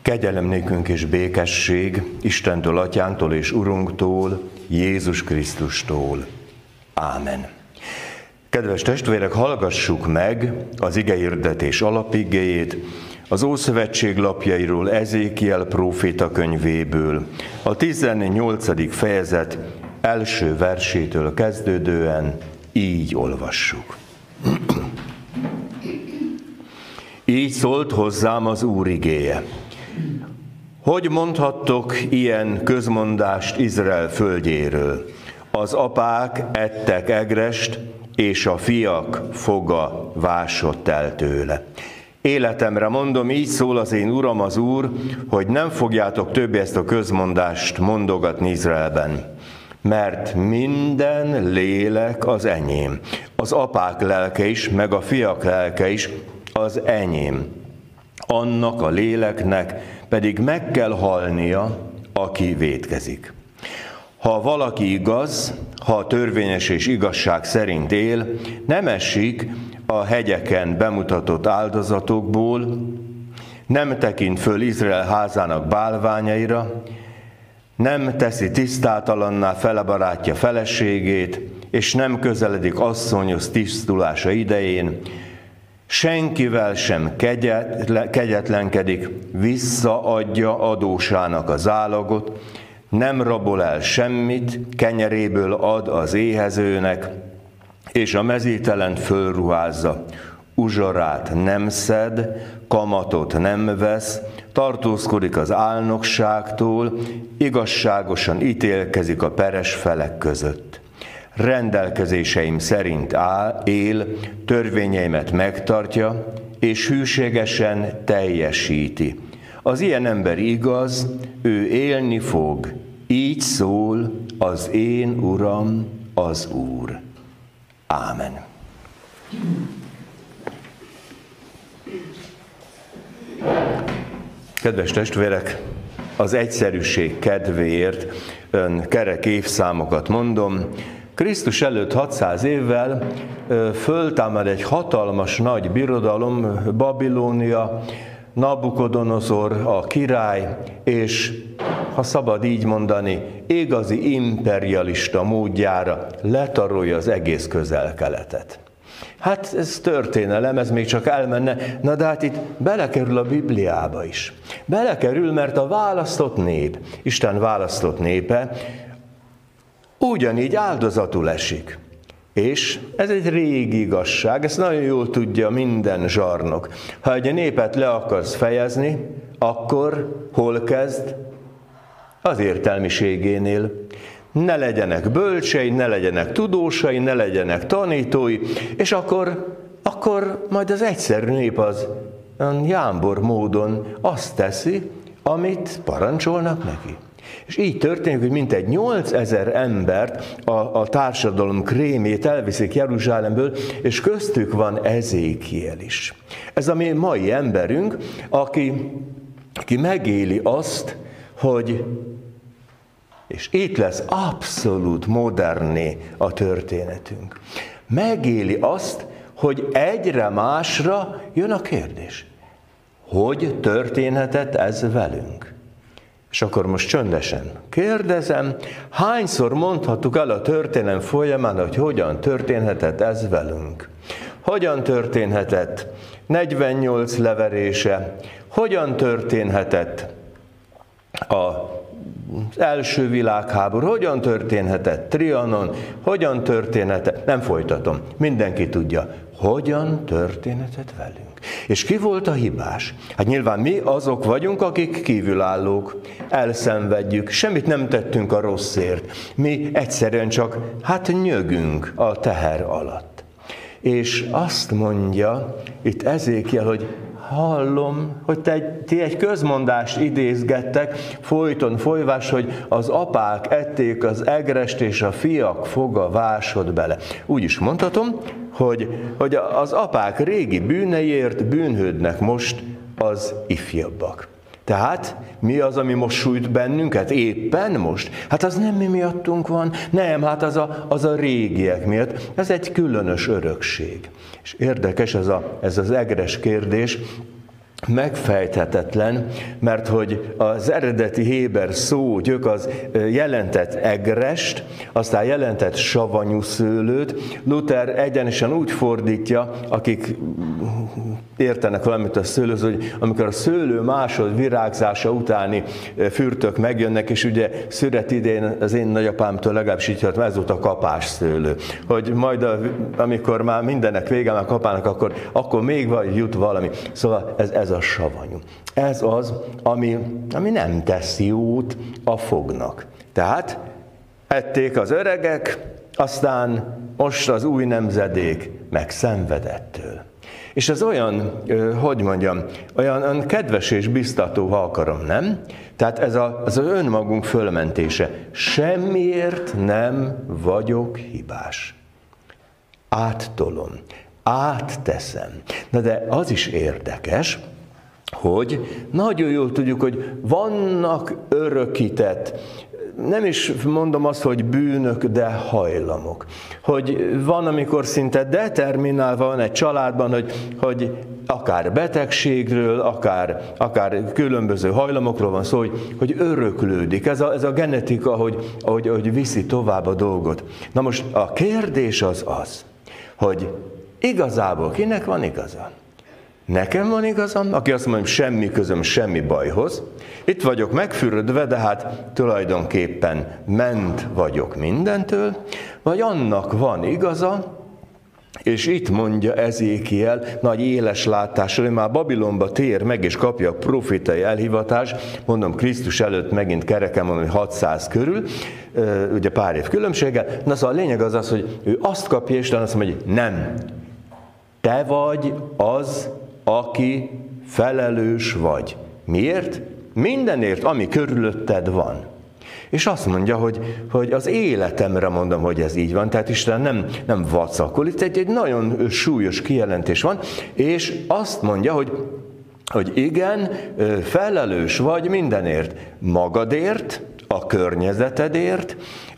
Kegyelem nékünk és békesség Istentől, Atyánktól és Urunktól, Jézus Krisztustól. Ámen. Kedves testvérek, hallgassuk meg az igehirdetés alapigéjét az Ószövetség lapjairól, Ezékiel próféta könyvéből, a 18. fejezet első versétől kezdődően így olvassuk. Így szólt hozzám az Úr igéje. Hogy mondhattok ilyen közmondást Izrael földjéről? Az apák ettek egrest, és a fiak foga vásott el tőle. Életemre mondom, így szól az én Uram az Úr, hogy nem fogjátok többé ezt a közmondást mondogatni Izraelben. Mert minden lélek az enyém. Az apák lelke is, meg a fiak lelke is az enyém. Annak a léleknek pedig meg kell halnia, aki vétkezik. Ha valaki igaz, ha törvényes és igazság szerint él, nem esik a hegyeken bemutatott áldozatokból, nem tekint föl Izrael házának bálványaira, nem teszi tisztátalanná felebarátja feleségét, és nem közeledik asszonyhoz tisztulása idején, senkivel sem kegyetlenkedik, visszaadja adósának az állagot, nem rabol el semmit, kenyeréből ad az éhezőnek, és a mezítelent fölruházza, uzsorát nem szed, kamatot nem vesz, tartózkodik az álnokságtól, igazságosan ítélkezik a peres felek között. Rendelkezéseim szerint él, törvényeimet megtartja, és hűségesen teljesíti. Az ilyen ember igaz, ő élni fog, így szól az én Uram, az Úr. Ámen. Kedves testvérek, az egyszerűség kedvéért kerek évszámokat mondom. Krisztus előtt 600 évvel föltámad egy hatalmas nagy birodalom, Babilónia, Nabukodonozor a király, és ha szabad így mondani, igazi imperialista módjára letarolja az egész Közel-Keletet. Hát ez történelem, ez még csak elmenne, na de hát itt belekerül a Bibliába is. Belekerül, mert a választott nép, Isten választott népe, ugyanígy áldozatul esik. És ez egy régi igazság, ezt nagyon jól tudja minden zsarnok. Ha egy népet le akarsz fejezni, akkor hol kezd? Az értelmiségénél. Ne legyenek bölcsei, ne legyenek tudósai, ne legyenek tanítói, és akkor majd az egyszerű nép az jámbor módon azt teszi, amit parancsolnak neki. És így történik, hogy mintegy 8000 embert a társadalom krémjét elviszik Jeruzsálemből, és köztük van Ezékiel is. Ez a mi mai emberünk, aki megéli azt, hogy, és itt lesz abszolút moderné a történetünk, megéli azt, hogy egyre másra jön a kérdés. Hogy történhetett ez velünk? És akkor most csöndesen kérdezem, hányszor mondhattuk el a történelem folyamán, hogy hogyan történhet ez velünk? Hogyan történhetett 48 leverése? Hogyan történhetett az első világháború? Hogyan történhetett Trianon? Hogyan történhetett? Nem folytatom, mindenki tudja. Hogyan történhetett velünk? És ki volt a hibás? Hát nyilván mi azok vagyunk, akik kívülállók, elszenvedjük, semmit nem tettünk a rosszért. Mi egyszerűen csak, nyögünk a teher alatt. És azt mondja itt Ezékiel, hogy hallom, hogy ti egy közmondást idézgettek, folyton folyvás, hogy az apák ették az egrest, és a fiak foga vásott bele. Úgy is mondhatom, hogy az apák régi bűneiért bűnhődnek most az ifjabbak. Tehát mi az, ami most sújt bennünket? Éppen most? Hát az nem mi miattunk van, nem, hát az a régiek miatt. Ez egy különös örökség. És érdekes ez az egres kérdés, megfejthetetlen, mert hogy az eredeti héber szó gyök az jelentett egrest, aztán jelentett savanyú szőlőt. Luther egyenesen úgy fordítja, akik értenek valamit a szőlőhöz, hogy amikor a szőlő másod virágzása utáni fürtök megjönnek, és ugye szüret idén az én nagyapámtól legalábbis így hallottam, ez volt a kapás szőlő. Hogy majd amikor már mindennek vége már kapának, akkor még jut valami. Szóval ez a savanyú. Ez az, ami nem teszi jót a fognak. Tehát ették az öregek, aztán most az új nemzedék megszenvedettől. És ez olyan, hogy mondjam, olyan kedves és biztató, ha akarom, nem? Tehát ez az önmagunk fölmentése. Semmiért nem vagyok hibás. Áttolom, átteszem. Na de az is érdekes, hogy nagyon jól tudjuk, hogy vannak örökített, nem is mondom azt, hogy bűnök, de hajlamok. Hogy van, amikor szinte determinálva van egy családban, hogy akár betegségről, akár különböző hajlamokról van szó, hogy öröklődik. Ez a genetika, ahogy viszi tovább a dolgot. Na most a kérdés az, hogy igazából kinek van igaza? Nekem van igazam, aki azt mondja, hogy semmi közöm semmi bajhoz. Itt vagyok megfürödve, de hát tulajdonképpen ment vagyok mindentől. Vagy annak van igaza, és itt mondja Ezékiel nagy éles látással, hogy már Babilonba tér meg, és kapja a profétai elhivatást, mondom Krisztus előtt megint kereken mondom, hogy 600 körül, ugye pár év különbséggel. Na szóval a lényeg az, hogy ő azt kapja, és azt mondja, hogy nem, te vagy az, aki felelős vagy. Miért? Mindenért, ami körülötted van. És azt mondja, hogy az életemre mondom, hogy ez így van. Tehát Isten nem vacakol. Itt egy nagyon súlyos kijelentés van, és azt mondja, hogy igen, felelős vagy mindenért. Magadért, a környezetedért,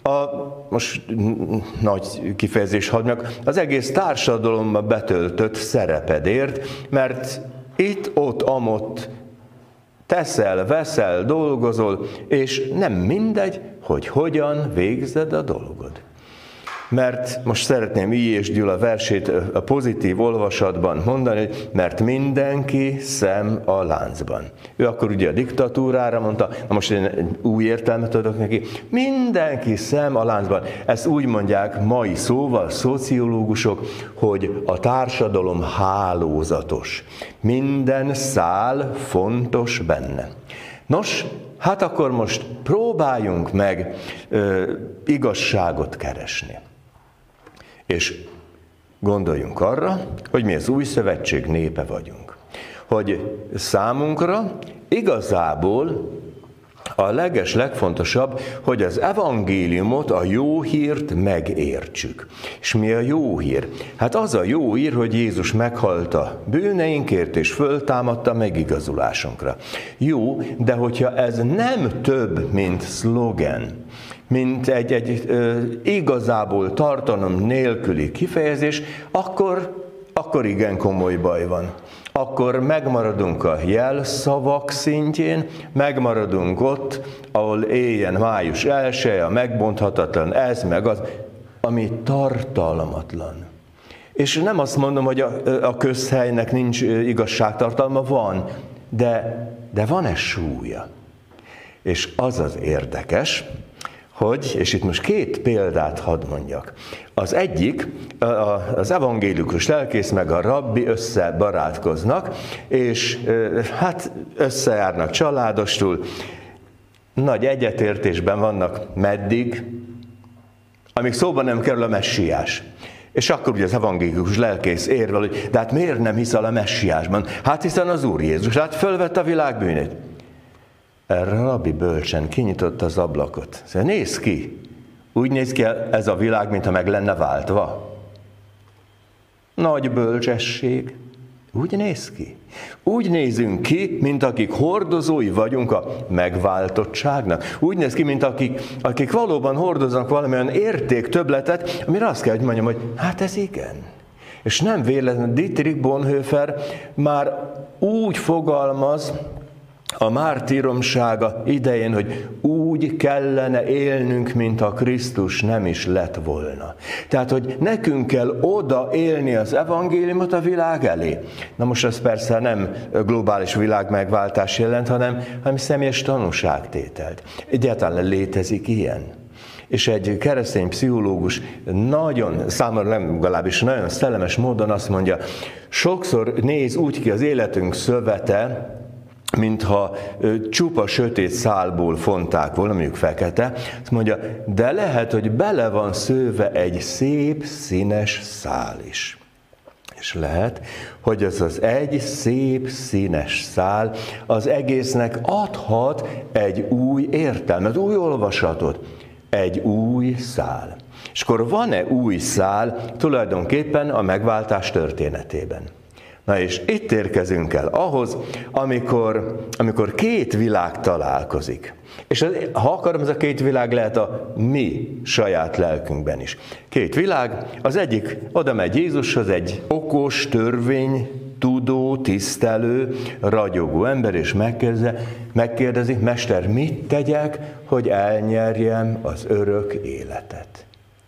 most nagy kifejezés hadd meg, az egész társadalomban betöltött szerepedért, mert itt, ott, amott teszel, veszel, dolgozol, és nem mindegy, hogy hogyan végzed a dolgod. Mert most szeretném I. és Gyula versét a pozitív olvasatban mondani, hogy mert mindenki szem a láncban. Ő akkor ugye a diktatúrára mondta, na most én egy új értelmet adok neki, mindenki szem a láncban. Ezt úgy mondják mai szóval szociológusok, hogy a társadalom hálózatos. Minden szál fontos benne. Nos, hát akkor most próbáljunk meg igazságot keresni. És gondoljunk arra, hogy mi az új szövetség népe vagyunk. Hogy számunkra igazából a legfontosabb, hogy az evangéliumot, a jó hírt megértsük. És mi a jó hír? Hát az a jó hír, hogy Jézus meghalt a bűneinkért, és föltámadta megigazulásunkra. Jó, de hogyha ez nem több, mint szlogen, mint egy igazából tartalom nélküli kifejezés, akkor igen komoly baj van. Akkor megmaradunk a jelszavak szintjén, megmaradunk ott, ahol éljen május 1, a megbonthatatlan ez, meg az, ami tartalmatlan. És nem azt mondom, hogy a közhelynek nincs igazságtartalma, van, de van-e súlya? És az az érdekes, hogy, és itt most két példát hadd mondjak. Az egyik, az evangélikus lelkész meg a rabbi összebarátkoznak, és hát összejárnak családostul, nagy egyetértésben vannak meddig, amíg szóban nem kerül a messiás. És akkor ugye az evangélikus lelkész érvel, hogy de hát miért nem hiszel a messiásban? Hát hiszen az Úr Jézus, hát fölvette a világ bűnét. Erre a rabbi bölcsen kinyitotta az ablakot. Szóval nézd ki, úgy néz ki ez a világ, mintha meg lenne váltva. Nagy bölcsesség. Úgy néz ki. Úgy nézünk ki, mint akik hordozói vagyunk a megváltottságnak. Úgy néz ki, mint akik valóban hordoznak valamilyen értéktöbbletet, amire azt kell, hogy mondjam, hogy hát ez igen. És nem véletlenül Dietrich Bonhoeffer már úgy fogalmaz a mártíromsága idején, hogy úgy kellene élnünk, mintha Krisztus nem is lett volna. Tehát, hogy nekünk kell oda élni az evangéliumot a világ elé. Na most ez persze nem globális világmegváltás jelent, hanem személyes tanúságtételt. Egyáltalán létezik ilyen. És egy keresztény pszichológus nagyon, számomra legalábbis nagyon szellemes módon azt mondja, sokszor néz úgy ki az életünk szövete, mintha csupa sötét szálból fonták volna, mondjuk fekete, azt mondja, de lehet, hogy bele van szőve egy szép, színes szál is. És lehet, hogy az az egy szép, színes szál az egésznek adhat egy új értelmet, új olvasatot, egy új szál. És akkor van-e új szál tulajdonképpen a megváltás történetében? Na és itt érkezünk el ahhoz, amikor két világ találkozik. És ha akarom, ez a két világ lehet a mi saját lelkünkben is. Két világ, az egyik oda megy Jézushoz, egy okos, törvénytudó, tisztelő, ragyogó ember, és megkérdezi, Mester, mit tegyek, hogy elnyerjem az örök életet?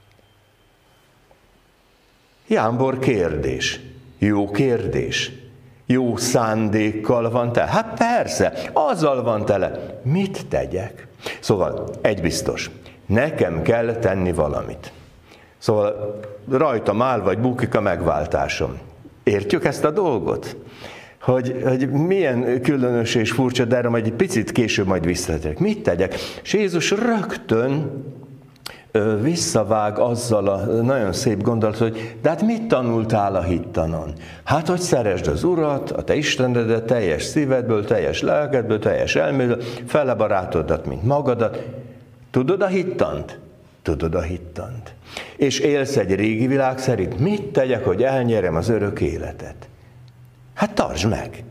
Jámbor kérdés. Jó kérdés. Jó szándékkal van tele. Hát persze, azzal van tele. Mit tegyek? Szóval egy biztos, nekem kell tenni valamit. Szóval rajtam áll vagy bukik a megváltásom. Értjük ezt a dolgot? Hogy milyen különös és furcsa, de erre majd egy picit később majd visszatérek. Mit tegyek? És Jézus rögtön visszavág azzal a nagyon szép gondolat, hogy de hát mit tanultál a hittanon? Hát, hogy szeresd az Urat, a te Istenedet teljes szívedből, teljes lelkedből, teljes elmédből, fele barátodat, mint magadat. Tudod a hittant? Tudod a hittant. És élsz egy régi világ szerint, mit tegyek, hogy elnyerem az örök életet? Hát tartsd meg!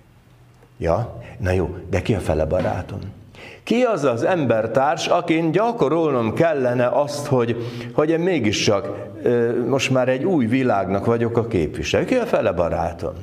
Ja, na jó, de ki a fele barátom? Ki az az embertárs, akin gyakorolnom kellene azt, hogy én mégiscsak most már egy új világnak vagyok a képviselő? Ki a fele barátom?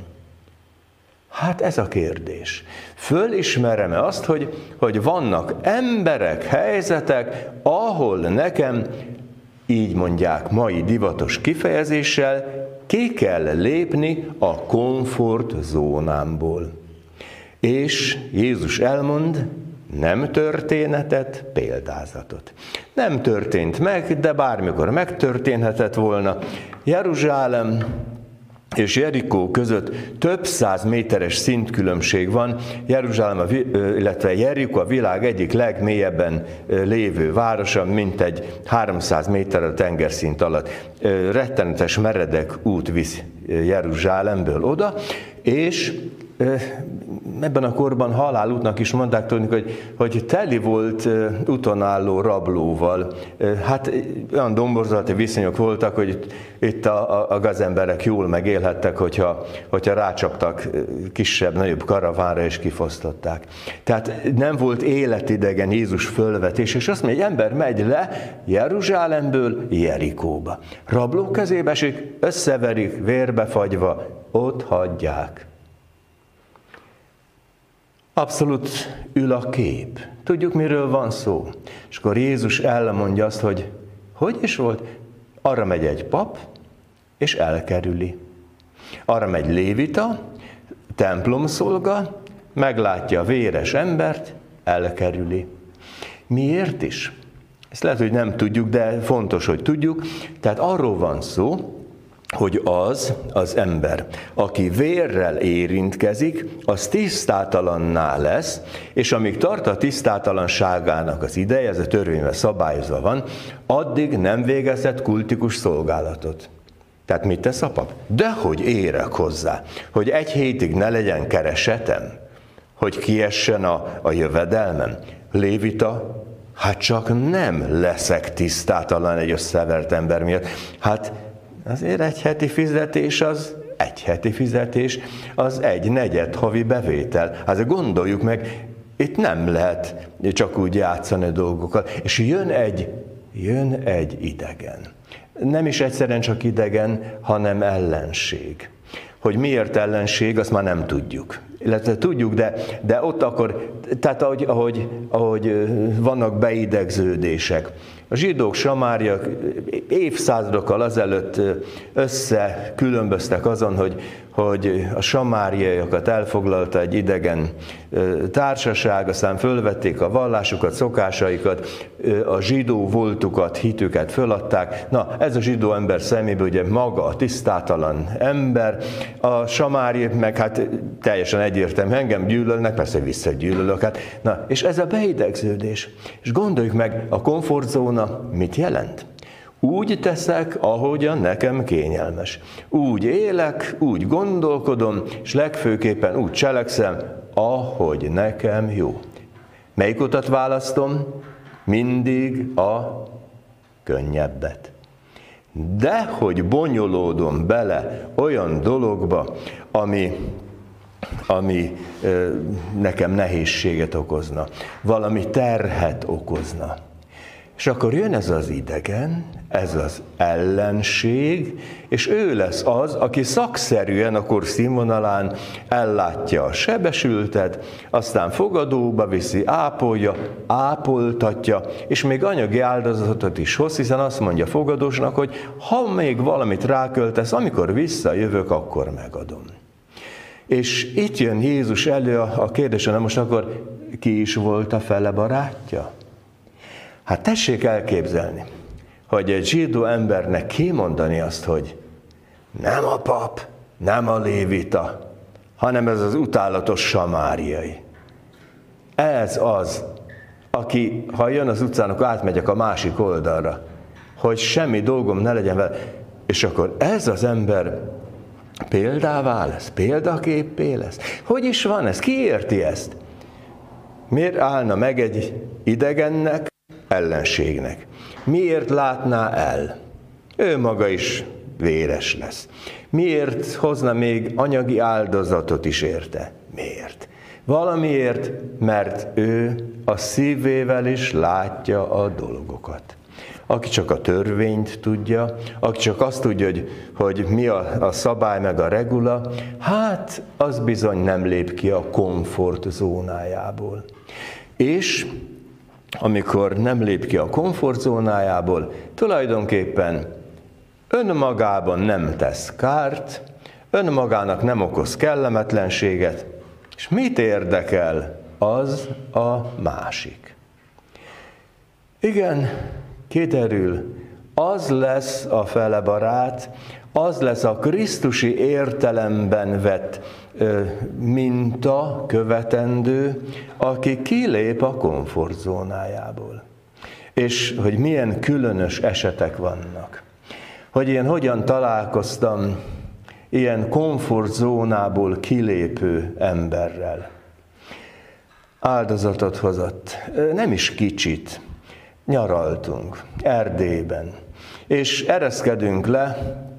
Hát ez a kérdés. Fölismerem-e azt, hogy vannak emberek, helyzetek, ahol nekem, így mondják mai divatos kifejezéssel, ki kell lépni a komfortzónámból. És Jézus elmond, nem történetet, példázatot. Nem történt meg, de bármikor megtörténhetett volna. Jeruzsálem és Jerikó között több száz méteres szintkülönbség van. Jeruzsálem, illetve Jerikó a világ egyik legmélyebben lévő városa, mintegy 300 méter a tengerszint alatt. Rettenetes meredek út visz Jeruzsálemből oda, és ebben a korban halálútnak is mondták tudni, hogy teli volt utonálló rablóval. Hát olyan domborzati viszonyok voltak, hogy itt a gazemberek jól megélhettek, hogyha rácsaptak kisebb, nagyobb karavánra és kifosztották. Tehát nem volt életidegen Jézus fölvetés, és azt mondja, egy ember megy le Jeruzsálemből Jerikóba. Rablók kezébe esik, összeverik, vérbefagyva, ott hagyják. Abszolút ül a kép. Tudjuk, miről van szó. És akkor Jézus elmondja azt, hogy is volt? Arra megy egy pap, és elkerüli. Arra megy lévita, templomszolga, meglátja a véres embert, elkerüli. Miért is? Ezt lehet, hogy nem tudjuk, de fontos, hogy tudjuk. Tehát arról van szó, hogy az ember, aki vérrel érintkezik, az tisztátalanná lesz, és amíg tart a tisztátalanságának az ideje, ez a törvényben szabályozva van, addig nem végezhet kultikus szolgálatot. Tehát mit tesz a pap? Dehogy érek hozzá, hogy egy hétig ne legyen keresetem, hogy kiessen a jövedelmem. Lévita, hát csak nem leszek tisztátalan egy összevert ember miatt. Hát azért egy heti fizetés az egy negyed havi bevétel. Hát gondoljuk meg, itt nem lehet csak úgy játszani dolgokkal. És jön egy idegen. nem is egyszerűen csak idegen, hanem ellenség. Hogy miért ellenség, azt már nem tudjuk. Illetve tudjuk, de ott akkor, tehát ahogy vannak beidegződések. A zsidók, samáriak évszázadokkal azelőtt összekülönböztek azon, hogy a samáriaiakat elfoglalta egy idegen társaság, aztán fölvették a vallásukat, szokásaikat, a zsidó voltukat, hitüket föladták. Na, ez a zsidó ember szemében ugye maga a tisztátalan ember, a samári meg hát teljesen egyértelmű, engem gyűlölnek, persze visszagyűlölök. Hát, na, és ez a beidegződés. És gondoljuk meg, a komfortzóna mit jelent? Úgy teszek, ahogyan nekem kényelmes. Úgy élek, úgy gondolkodom, és legfőképpen úgy cselekszem, ahogy nekem jó. Melyik utat választom? Mindig a könnyebbet. De hogy bonyolódom bele olyan dologba, ami nekem nehézséget okozna, valami terhet okozna. És akkor jön ez az idegen, ez az ellenség, és ő lesz az, aki szakszerűen a kor színvonalán ellátja a sebesültet, aztán fogadóba viszi, ápolja, ápoltatja, és még anyagi áldozatot is hoz, hiszen azt mondja fogadósnak, hogy ha még valamit ráköltesz, amikor visszajövök, akkor megadom. És itt jön Jézus elő a kérdésen, most akkor ki is volt a fele barátja? Hát tessék elképzelni, hogy egy zsidó embernek kimondani azt, hogy nem a pap, nem a lévita, hanem ez az utálatos samáriai. Ez az, aki, ha jön az utcán, akkor átmegyek a másik oldalra, hogy semmi dolgom ne legyen vele. És akkor ez az ember példává lesz, példaképpé lesz. Hogy is van ez? Ki érti ezt? Miért állna meg egy idegennek, ellenségnek? Miért látná el? Ő maga is véres lesz. Miért hozna még anyagi áldozatot is érte? Miért? Valamiért, mert ő a szívével is látja a dolgokat. Aki csak a törvényt tudja, aki csak azt tudja, hogy mi a szabály meg a regula, hát az bizony nem lép ki a komfortzónájából. És amikor nem lép ki a komfortzónájából, tulajdonképpen önmagában nem tesz kárt, önmagának nem okoz kellemetlenséget, és mit érdekel az a másik? Igen, kiderül, az lesz a fele barát, az lesz a krisztusi értelemben vett minta, követendő, aki kilép a komfortzónájából. És hogy milyen különös esetek vannak. Hogy én hogyan találkoztam ilyen komfortzónából kilépő emberrel. Áldozatot hozott, nem is kicsit. Nyaraltunk Erdélyben, és ereszkedünk le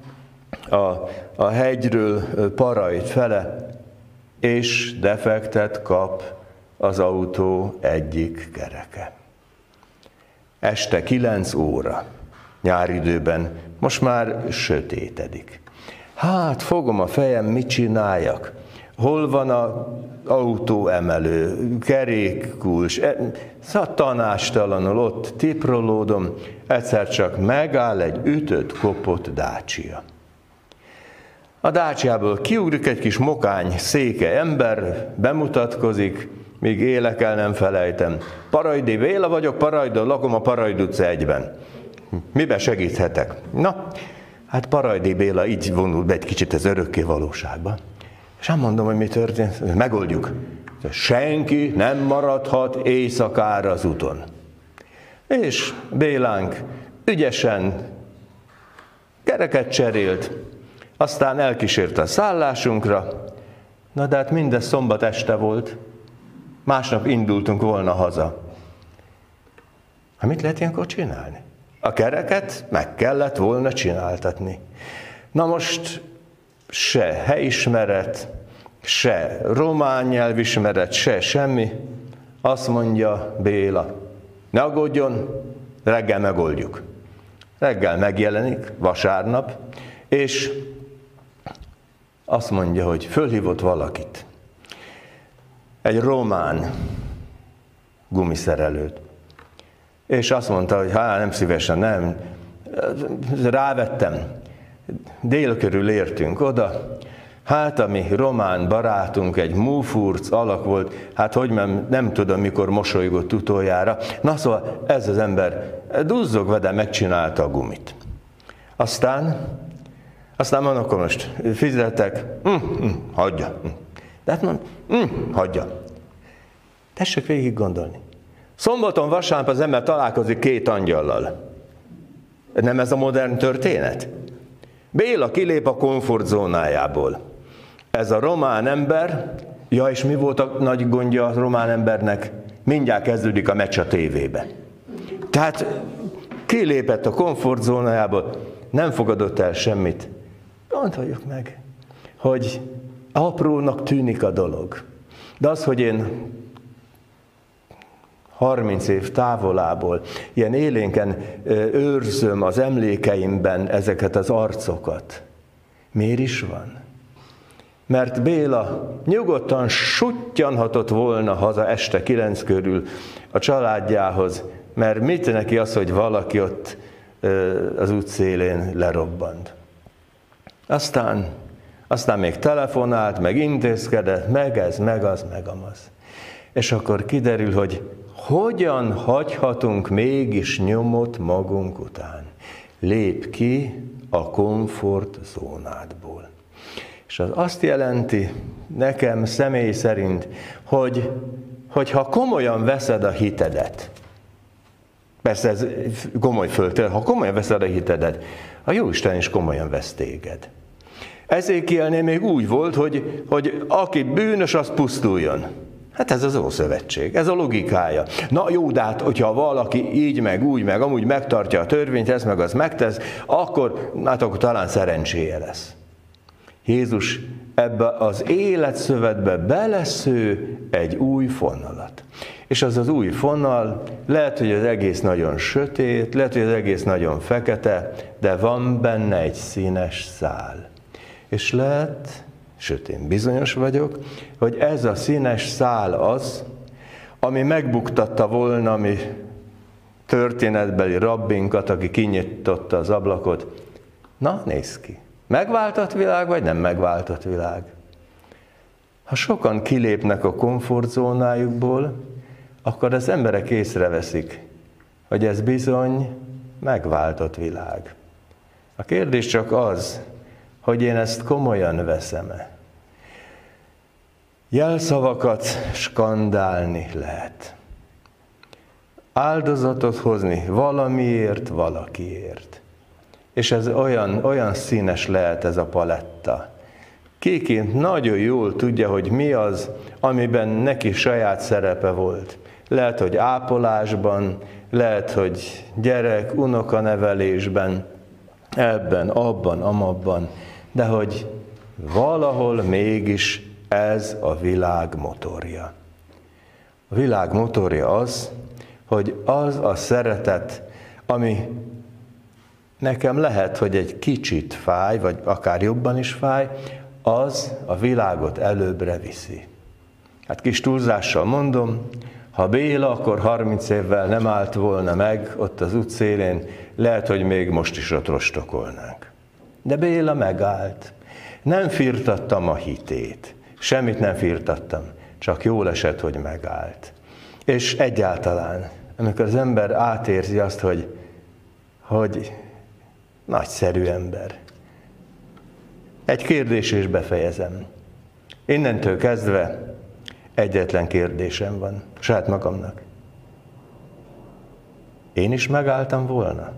a hegyről Parajt fele, és defektet kap az autó egyik kereke. Este 9 óra, nyáridőben, most már sötétedik. Hát fogom a fejem, mit csináljak? Hol van az autóemelő, kerékkulcs, tanástalanul ott tiprolódom, egyszer csak megáll egy ütött, kopott Dacia. A Daciából kiugrik egy kis mokány, székely ember, bemutatkozik, míg élek el, nem felejtem. Parajdi Béla vagyok, Parajdon lakom, a Parajd utca 1-ben. Miben segíthetek? Na, hát Parajdi Béla így vonul be egy kicsit az örökké valóságba. És nem mondom, hogy mi történt, megoldjuk. Senki nem maradhat éjszakára az úton. És Bélánk ügyesen kereket cserélt, aztán elkísérte a szállásunkra, na de hát mindez szombat este volt, másnap indultunk volna haza. Hát mit lehet ilyenkor csinálni? A kereket meg kellett volna csináltatni. Na most se helyismeret, se román nyelvismeret, se semmi. Azt mondja Béla, ne aggódjon, reggel megoldjuk. Reggel megjelenik, vasárnap, és azt mondja, hogy fölhívott valakit. Egy román gumiszerelőt. És azt mondta, hogy nem szívesen, nem. Rávettem. Dél körül értünk oda. Hát a mi román barátunk egy múfurc alak volt, hát hogy nem tudom, mikor mosolygott utoljára. Na szóval ez az ember duzzogva, de megcsinálta a gumit. Aztán mondom, akkor most fizetek, hagyja. De hát mondom, hagyja. Tessék végig gondolni. Szombaton, vasárnap az ember találkozik két angyallal. Nem ez a modern történet? Béla kilép a komfortzónájából. Ez a román ember, és mi volt a nagy gondja a román embernek? Mindjárt kezdődik a meccs a tévébe. Tehát kilépett a komfortzónájából, nem fogadott el semmit. Gondoljuk meg, hogy aprónak tűnik a dolog. De az, hogy én 30 év távolából ilyen élénken őrzöm az emlékeimben ezeket az arcokat. Miért is van? Mert Béla nyugodtan suttyanhatott volna haza este 9 körül a családjához, mert mit neki az, hogy valaki ott az útszélén lerobbant. Aztán még telefonált, meg intézkedett, meg ez, meg az, meg amaz. És akkor kiderül, hogy hogyan hagyhatunk mégis nyomot magunk után. Lép ki a komfortzónádból. És az azt jelenti nekem személy szerint, hogy ha komolyan veszed a hitedet, persze ez komoly föltétel, ha komolyan veszed a hitedet, a Jóisten is komolyan vesz téged. Ezékielnél még úgy volt, hogy aki bűnös, az pusztuljon. Hát ez az Ószövetség, ez a logikája. Na jó, de hát, hogyha valaki így, meg úgy, meg amúgy megtartja a törvényt, ezt meg az megtesz, akkor talán szerencséje lesz. Jézus ebbe az életszövetbe belesző egy új fonalat. És az új fonal, lehet, hogy az egész nagyon sötét, lehet, hogy az egész nagyon fekete, de van benne egy színes szál. És lehet, sőt én bizonyos vagyok, hogy ez a színes szál az, ami megbuktatta volna a mi történetbeli rabbinkat, aki kinyitotta az ablakot. Na, nézd ki. Megváltott világ, vagy nem megváltott világ? Ha sokan kilépnek a komfortzónájukból, akkor az emberek észreveszik, hogy ez bizony megváltott világ. A kérdés csak az, hogy én ezt komolyan veszem-e. Jelszavakat skandálni lehet. Áldozatot hozni valamiért, valakiért. És ez olyan színes lehet ez a paletta. Ki nagyon jól tudja, hogy mi az, amiben neki saját szerepe volt. Lehet, hogy ápolásban, lehet, hogy gyerek, unokanevelésben, ebben, abban, amabban, de hogy valahol mégis ez a világ motorja. A világ motorja az, hogy az a szeretet, ami nekem lehet, hogy egy kicsit fáj, vagy akár jobban is fáj, az a világot előbbre viszi. Hát kis túlzással mondom, ha Béla akkor 30 évvel nem állt volna meg ott az útszélén, lehet, hogy még most is ott rostokolnánk. De Béla megállt. Nem firtattam a hitét. Semmit nem firtattam. Csak jól esett, hogy megállt. És egyáltalán, amikor az ember átérzi azt, hogy nagyszerű ember. Egy kérdés és befejezem. Innentől kezdve egyetlen kérdésem van, saját magamnak. Én is megálltam volna?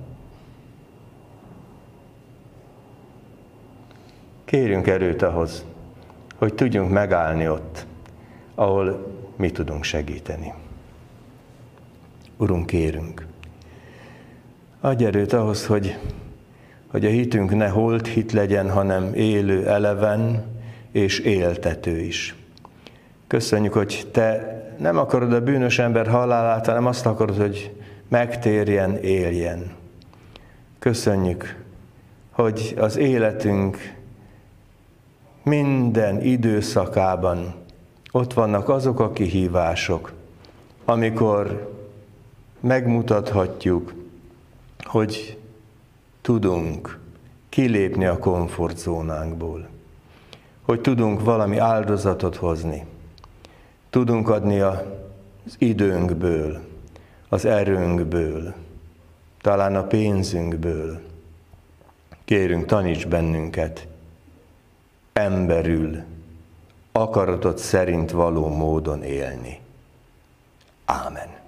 Kérjünk erőt ahhoz, hogy tudjunk megállni ott, ahol mi tudunk segíteni. Urunk, kérünk, adj erőt ahhoz, hogy a hitünk ne holt hit legyen, hanem élő, eleven és éltető is. Köszönjük, hogy Te nem akarod a bűnös ember halálát, hanem azt akarod, hogy megtérjen, éljen. Köszönjük, hogy az életünk minden időszakában ott vannak azok a kihívások, amikor megmutathatjuk, hogy tudunk kilépni a komfortzónánkból, hogy tudunk valami áldozatot hozni, tudunk adni az időnkből, az erőnkből, talán a pénzünkből. Kérünk, taníts bennünket emberül, akaratod szerint való módon élni. Ámen.